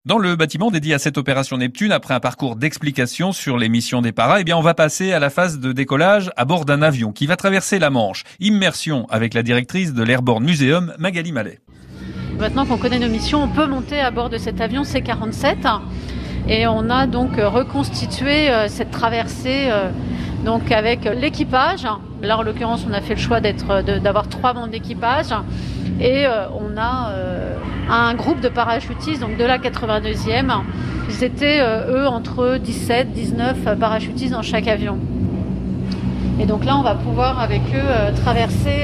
Dans le bâtiment dédié à cette opération Neptune, après un parcours d'explication sur les missions des paras, on va passer à la phase de décollage à bord d'un avion qui va traverser la Manche. Immersion avec la directrice de l'Airborne Museum, Magali Mallet. Maintenant qu'on connaît nos missions, on peut monter à bord de cet avion C-47 et on a donc reconstitué cette traversée donc avec l'équipage. Là, en l'occurrence, on a fait le choix d'avoir 3 membres d'équipage et on a un groupe de parachutistes donc de la 82e. Ils étaient, eux, entre 17, 19 parachutistes dans chaque avion. Et donc là, on va pouvoir avec eux traverser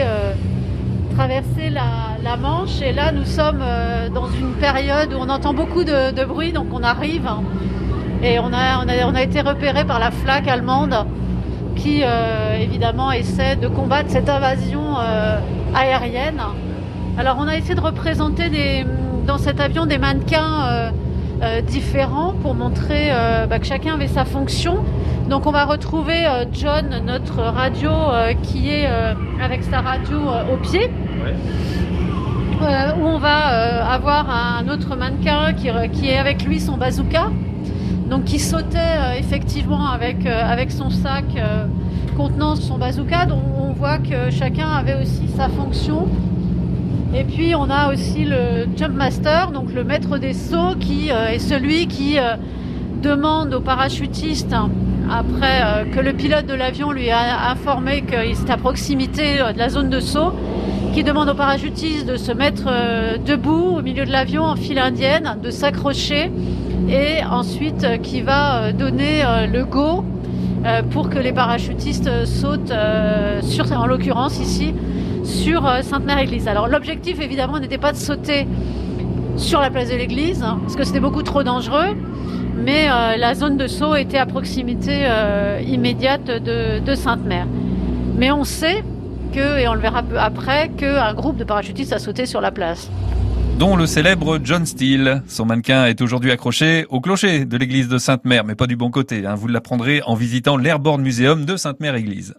la Manche. Et là, nous sommes dans une période où on entend beaucoup de bruit, donc on arrive. Et on a été repéré par la FLAC allemande qui, évidemment, essaie de combattre cette invasion aérienne. Alors, on a essayé de représenter dans cet avion des mannequins différents pour montrer que chacun avait sa fonction. Donc on va retrouver John, notre radio, qui est avec sa radio au pied, où on va avoir un autre mannequin qui est avec lui son bazooka, donc qui sautait effectivement avec son sac contenant son bazooka. Donc on voit que chacun avait aussi sa fonction. Et puis on a aussi le Jump Master, donc le maître des sauts, qui est celui qui demande aux parachutistes, après que le pilote de l'avion lui a informé qu'il était à proximité de la zone de saut, qui demande aux parachutistes de se mettre debout au milieu de l'avion en file indienne, de s'accrocher, et ensuite qui va donner le go pour que les parachutistes sautent en l'occurrence ici, sur Sainte-Mère-Église. Alors l'objectif évidemment n'était pas de sauter sur la place de l'église, parce que c'était beaucoup trop dangereux, mais la zone de saut était à proximité immédiate de Sainte-Mère. Mais on sait et on le verra peu après, qu'un groupe de parachutistes a sauté sur la place. Dont le célèbre John Steele. Son mannequin est aujourd'hui accroché au clocher de l'église de Sainte-Mère, mais pas du bon côté. Vous l'apprendrez en visitant l'Airborne Museum de Sainte-Mère-Église.